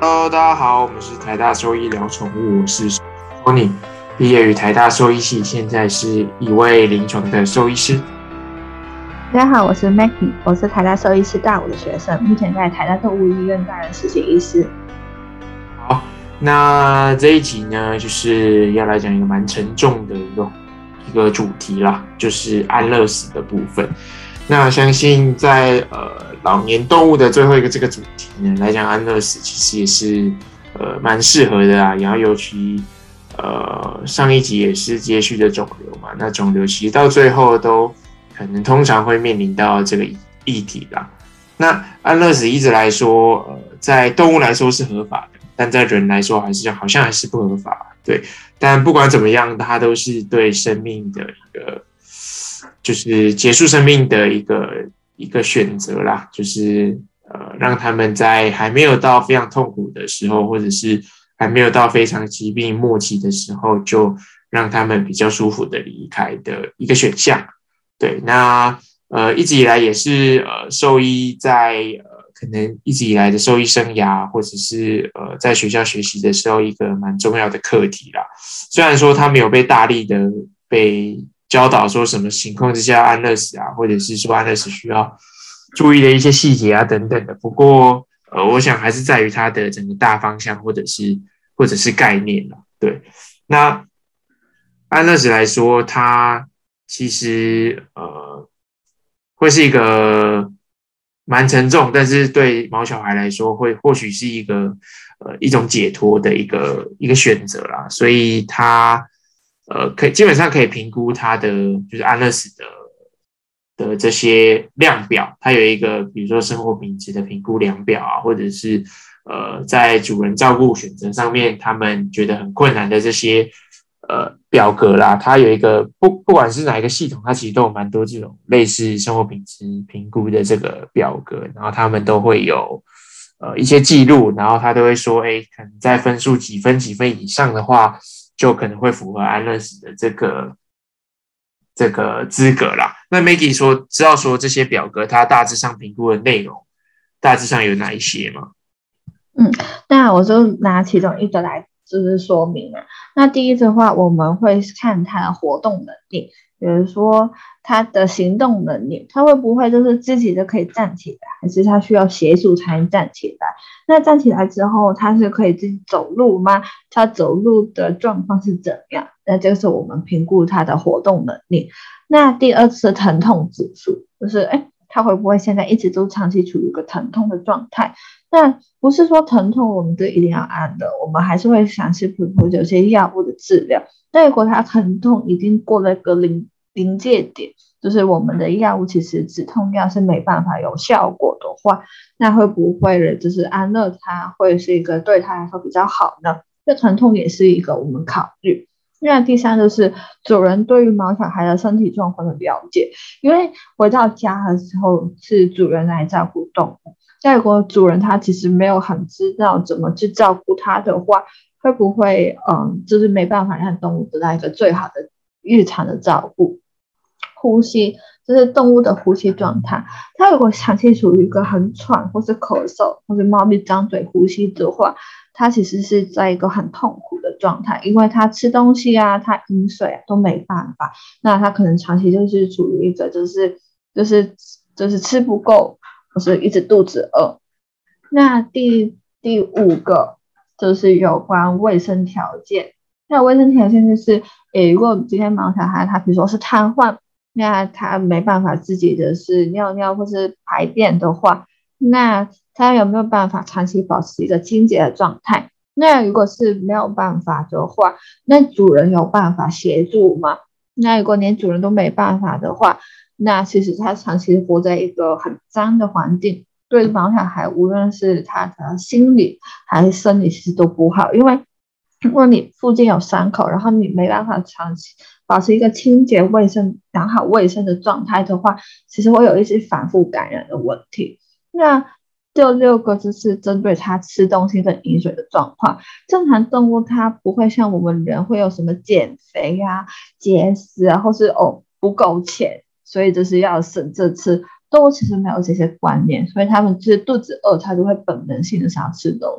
Hello，大家好，我们是台大兽医聊宠物，我是 Tony，毕业于台大兽医系，现在是一位临床的兽医师。 大家好，我是 Maggie， 我是台大兽医师大五的学生，目前在台大动物医院担任实习医师。 好，那这一集呢，就是要来讲一个蛮沉重的一个主题啦，就是安乐死的部分。那相信在老年动物的最后一个这个主题呢来讲，安乐死其实也是蛮适合的啦。然后尤其上一集也是接续的肿瘤嘛，那肿瘤其实到最后都可能通常会面临到这个议题啦。那安乐死一直来说，在动物来说是合法的，但在人来说好像还是不合法。对，但不管怎么样，它都是对生命的一个，就是结束生命的一个选择啦，就是让他们在还没有到非常痛苦的时候，或者是还没有到非常疾病末期的时候，就让他们比较舒服的离开的一个选项。对，那一直以来也是兽医在可能一直以来的兽医生涯，或者是在学校学习的时候一个蛮重要的课题啦。虽然说他没有被大力的被教导说什么情况之下安乐死啊，或者是说安乐死需要注意的一些细节啊等等的。不过我想还是在于它的整个大方向或者是概念啦。对，那安乐死来说，它其实会是一个蛮沉重，但是对毛小孩来说，或许是一种解脱的一个选择啦。所以它基本上可以评估它的就是安乐死的这些量表，它有一个比如说生活品质的评估量表啊，或者是在主人照顾选择上面，他们觉得很困难的这些表格啦，它有一个不管是哪一个系统，它其实都有蛮多这种类似生活品质评估的这个表格，然后他们都会有一些记录，然后他都会说，可能在分数几分以上的话，就可能会符合安乐死的这个资格啦。那 Maggie 知道说这些表格它大致上评估的内容，大致上有哪一些吗？ 那我就拿其中一个来就是说明了。那第一的话，我们会看他的活动能力，比如说他的行动能力，他会不会就是自己就可以站起来，还是他需要协助才能站起来？那站起来之后，他是可以自己走路吗？他走路的状况是怎样？那这个是我们评估他的活动能力。那第二是疼痛指数，就是他会不会现在一直都长期处于一个疼痛的状态？那不是说疼痛我们就一定要安的，我们还是会详细评估有些药物的治疗。但如果他疼痛已经过了一个临界点，就是我们的药物其实止痛药是没办法有效果的话，那会不会就是安乐它会是一个对他来说比较好呢？这疼痛也是一个我们考虑。那第三就是主人对于毛小孩的身体状况的了解，因为回到家的时候是主人来照顾动物，那如果主人他其实没有很知道怎么去照顾它的话，会不会就是没办法让动物得到一个最好的日常的照顾？呼吸就是动物的呼吸状态，它如果长期处于一个很喘或是咳嗽或是猫咪张嘴呼吸的话，它其实是在一个很痛苦的状态，因为它吃东西啊，它饮水啊都没办法，那它可能长期就是处于一个就是吃不够，或是一直肚子饿。那第五个就是有关卫生条件。那卫生条件就是，如果今天毛小孩他比如说是瘫痪，那他没办法自己的是尿尿或是排便的话，那他有没有办法长期保持一个清洁的状态？那如果是没有办法的话，那主人有办法协助吗？那如果连主人都没办法的话，那其实他长期活在一个很脏的环境，对毛小孩无论是他的心理还是生理其实都不好，因为如果你附近有伤口，然后你没办法长期保持一个清洁卫生、良好卫生的状态的话，其实会有一些反复感染的问题。那第六个就是针对它吃东西跟饮水的状况。正常动物它不会像我们人会有什么减肥啊、节食啊，或是不够钱，所以就是要省着吃。动物其实没有这些观念，所以他们就是肚子饿，它就会本能性的想要吃东西。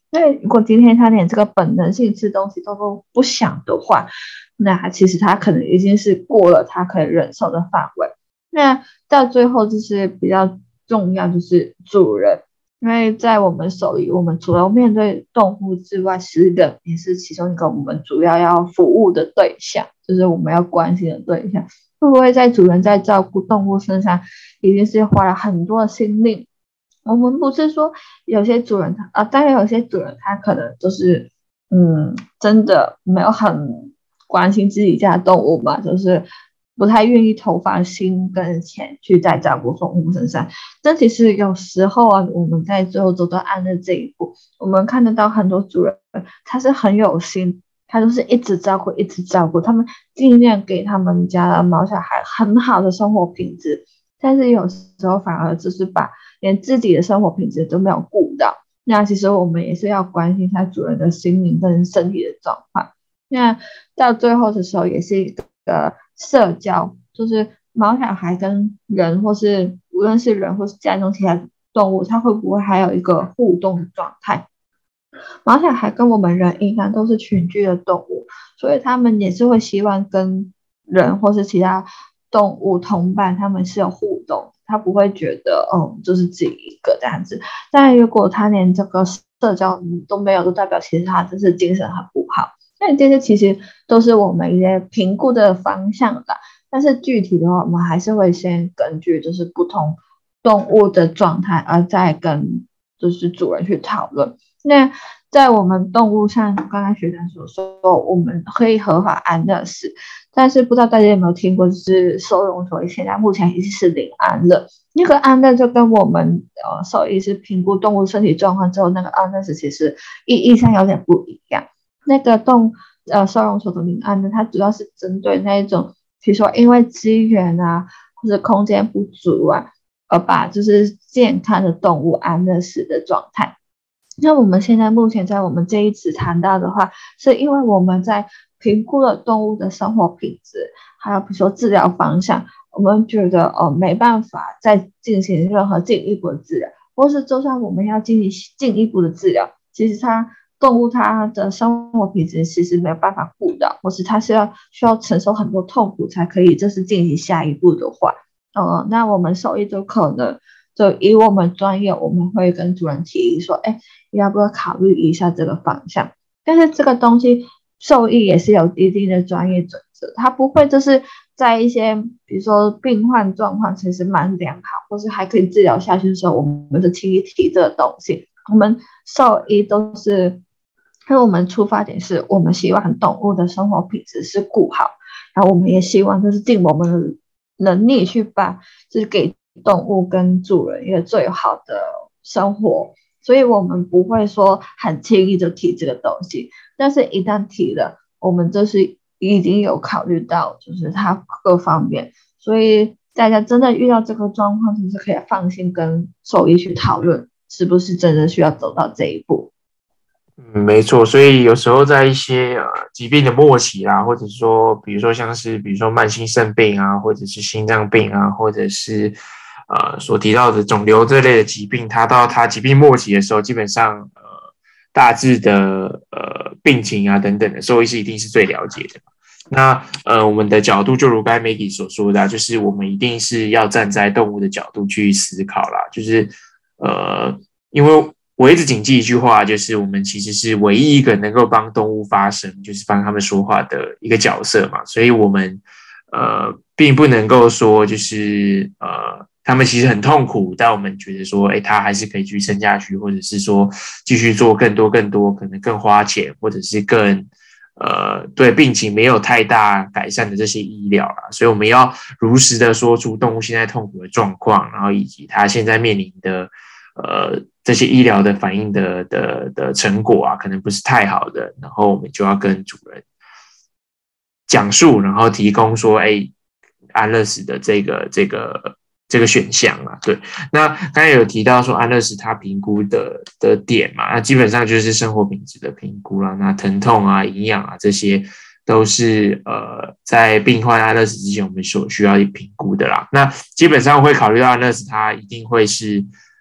因为如果今天他连这个本能性吃东西都不想的话，那其实他可能已经是过了他可以忍受的范围。那到最后就是比较重要，就是主人，因为在我们手里，我们除了面对动物之外，其实人也是其中一个我们主要要服务的对象，就是我们要关心的对象。会不会在主人在照顾动物身上，已经是花了很多的心力？我们不是说有些主人当然有些主人他可能就是真的没有很关心自己家的动物嘛，就是不太愿意投放心跟钱去在照顾动物身上。但其实有时候啊，我们在最后走到安乐这一步，我们看得到很多主人他是很有心，他就是一直照顾，一直照顾，他们尽量给他们家的毛小孩很好的生活品质，但是有时候反而就是把连自己的生活品质都没有顾到。那其实我们也是要关心一下主人的心灵跟身体的状况。那到最后的时候，也是一个社交，就是毛小孩跟人，或是无论是人或是家中其他动物，它会不会还有一个互动的状态？毛小孩跟我们人一样都是群居的动物，所以他们也是会希望跟人或是其他动物同伴，他们是有互动，他不会觉得就是自己一个这样子。但如果他连这个社交都没有，就代表其实他就是精神很不好。那这些其实都是我们一些评估的方向啦，但是具体的话，我们还是会先根据就是不同动物的状态，而再跟就是主人去讨论。那在我们动物上，刚刚学长所说，我们可以合法安乐死，但是不知道大家有没有听过，就是收容所现在目前已经是零安乐。那个安乐就跟我们兽医师评估动物身体状况之后，那个安乐死其实意义上有点不一样。那个收容所的零安乐，它主要是针对那一种，比如说因为资源啊或者空间不足啊，而把就是健康的动物安乐死的状态。那我们现在目前在我们这一次谈到的话，是因为我们在评估了动物的生活品质，还有比如说治疗方向，我们觉得没办法再进行任何进一步的治疗，或是就算我们要进行进一步的治疗，其实动物它的生活品质其实没有办法顾到，或是它需要承受很多痛苦才可以就是进行下一步的话，那我们兽医就可能就以我们专业，我们会跟主人提议说，哎，要不要考虑一下这个方向？但是这个东西兽医也是有一定的专业准则，它不会就是在一些比如说病患状况其实蛮良好，或是还可以治疗下去的时候，我们就轻易提这个东西。我们兽医都是，因为我们出发点是我们希望动物的生活品质是顾好，然后我们也希望就是尽我们的能力去把就是给动物跟主人一个最好的生活，所以我们不会说很轻易就提这个东西，但是一旦提了，我们就是已经有考虑到就是它各方面，所以大家真的遇到这个状况，就是可以放心跟兽医去讨论，是不是真的需要走到这一步。 没错，所以有时候在一些疾病的末期啦，或者说比如说慢性肾病啊，或者是心脏病啊，或者是所提到的肿瘤这类的疾病，它到它疾病末期的时候，基本上大致的病情啊等等的，兽医师一定是最了解的。那我们的角度就如刚才 Maggie 所说的就是我们一定是要站在动物的角度去思考啦，就是因为我一直谨记一句话，就是我们其实是唯一一个能够帮动物发声，就是帮他们说话的一个角色嘛，所以我们并不能够说就是他们其实很痛苦，但我们觉得说，他还是可以继续撑下去，或者是说继续做更多可能更花钱，或者是更对病情没有太大改善的这些医疗啦，所以我们要如实的说出动物现在痛苦的状况，然后以及它现在面临的这些医疗的反应的成果啊，可能不是太好的，然后我们就要跟主人讲述，然后提供说，安乐死的这个选项啊，对。那刚才有提到说安乐死它评估的点嘛，那基本上就是生活品质的评估啦，那疼痛啊、营养啊这些都是在病患安乐死之前我们所需要评估的啦。那基本上会考虑到安乐死，它一定会是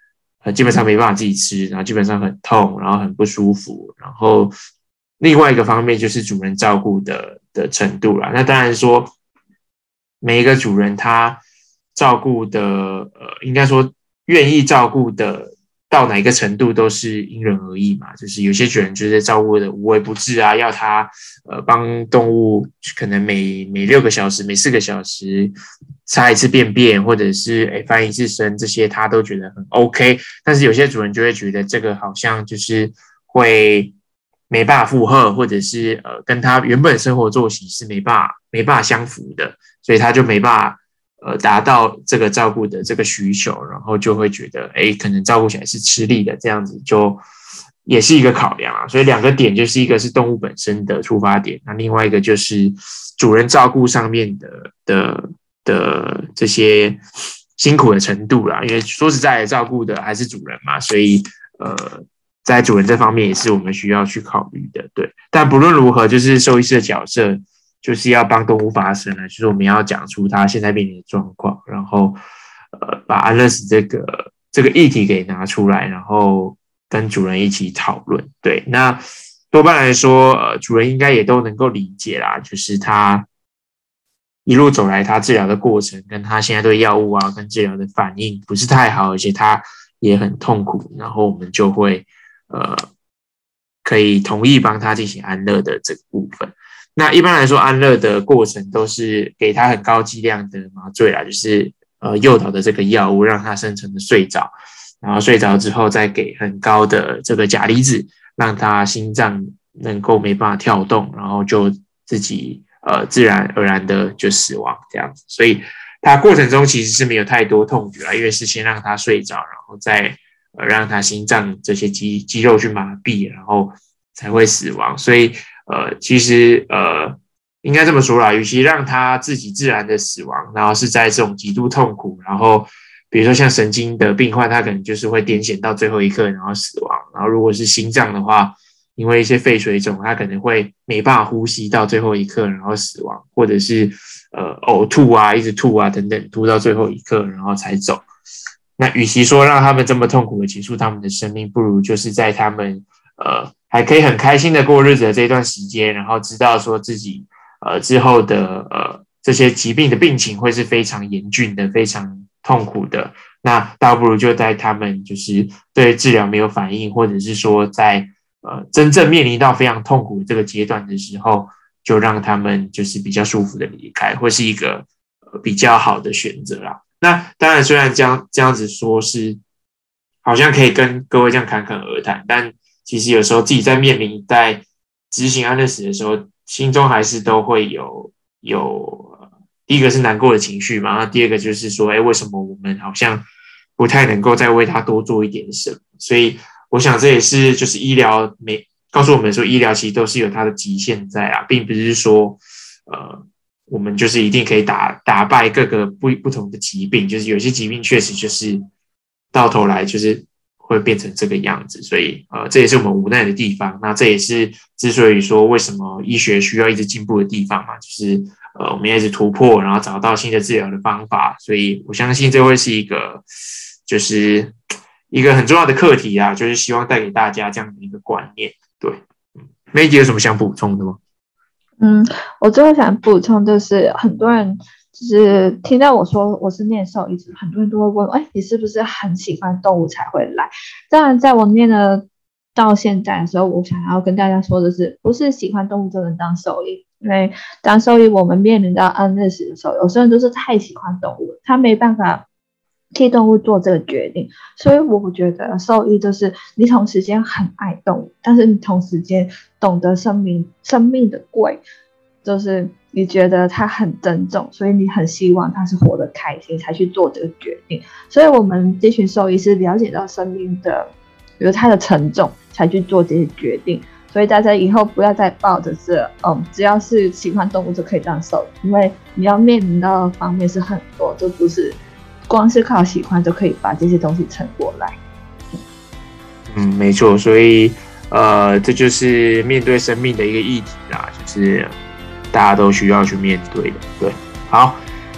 基本上没办法自己吃，然后基本上很痛，然后很不舒服。然后另外一个方面就是主人照顾的程度啦。那当然说每一个主人他照顾的应该说愿意照顾的到哪一个程度都是因人而异嘛，就是有些主人就是照顾的无微不至啊，要他帮动物可能每6个小时、每4个小时擦一次便便，或者是翻一次身，这些他都觉得很 OK。但是有些主人就会觉得这个好像就是会没办法负荷，或者是跟他原本生活作息是没办法相符的，所以他就没办法达到这个照顾的这个需求，然后就会觉得可能照顾起来是吃力的，这样子就也是一个考量啊。所以2个点，就是一个是动物本身的出发点，那另外一个就是主人照顾上面的这些辛苦的程度啦。因为说实在的，照顾的还是主人嘛，所以在主人这方面也是我们需要去考虑的，对。但不论如何，就是兽医师的角色就是要帮动物发声了，就是我们要讲出它现在面临的状况，然后把安乐死这个议题给拿出来，然后跟主人一起讨论。对，那多半来说，主人应该也都能够理解啦，就是他一路走来，他治疗的过程跟他现在对药物啊跟治疗的反应不是太好，而且他也很痛苦，然后我们就会可以同意帮他进行安乐的这个部分。那一般来说，安乐的过程都是给他很高剂量的麻醉啦，就是诱导的这个药物让他深层的睡着，然后睡着之后再给很高的这个钾离子，让他心脏能够没办法跳动，然后就自己自然而然的就死亡这样子。所以他过程中其实是没有太多痛觉啦，因为是先让他睡着，然后再让他心脏这些肌肉去麻痹，然后才会死亡。所以其实应该这么说啦，与其让他自己自然的死亡，然后是在这种极度痛苦，然后比如说像神经的病患，他可能就是会癫痫到最后一刻然后死亡。然后如果是心脏的话，因为一些肺水肿，他可能会没办法呼吸到最后一刻然后死亡，或者是呕吐啊，一直吐啊等等，吐到最后一刻然后才走。那与其说让他们这么痛苦的结束他们的生命，不如就是在他们还可以很开心的过日子的这一段时间，然后知道说自己之后的这些疾病的病情会是非常严峻的，非常痛苦的，那倒不如就在他们就是对治疗没有反应，或者是说在真正面临到非常痛苦的这个阶段的时候，就让他们就是比较舒服的离开，会是一个比较好的选择啦。那当然，虽然这样子说是好像可以跟各位这样侃侃而谈，但其实有时候自己在面临在执行安乐死的时候，心中还是都会有第一个是难过的情绪嘛，那第二个就是说，为什么我们好像不太能够再为他多做一点什么？所以我想这也是就是医疗告诉我们说，医疗其实都是有它的极限在啊，并不是说我们就是一定可以打败各个不同的疾病，就是有些疾病确实就是到头来就是会变成这个样子，所以这也是我们无奈的地方。那这也是之所以说为什么医学需要一直进步的地方嘛，就是我们要一直突破，然后找到新的治疗的方法。所以我相信这会是一个就是一个很重要的课题啊，就是希望带给大家这样的一个观念。对，Maggie 有什么想补充的吗？ 我最后想补充就是很多人就是听到我说我是念兽医，很多人都会问，你是不是很喜欢动物才会来？当然，在我念了到现在的时候，我想要跟大家说的是，不是喜欢动物就能当兽医，因为当兽医我们面临到安乐死的时候，有些人都是太喜欢动物了，他没办法替动物做这个决定，所以我觉得兽医就是你同时间很爱动物，但是你同时间懂得生命的贵，就是你觉得它很珍重，所以你很希望它是活得开心才去做这个决定。所以我们这群兽医是了解到生命的比如它的沉重才去做这些决定。所以大家以后不要再抱着是只要是喜欢动物就可以当兽医，因为你要面临到的方面是很多，就不是光是靠喜欢就可以把这些东西撑过来。 没错，所以这就是面对生命的一个议题啦，就是大家都需要去面对的。对，好，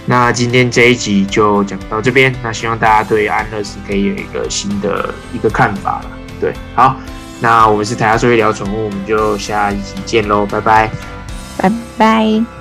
那今天这一集就讲到这边，那希望大家对安乐死可以有一个新的看法了。对，好，那我们是台大兽医聊宠物，我们就下一集见喽，拜拜， 拜拜。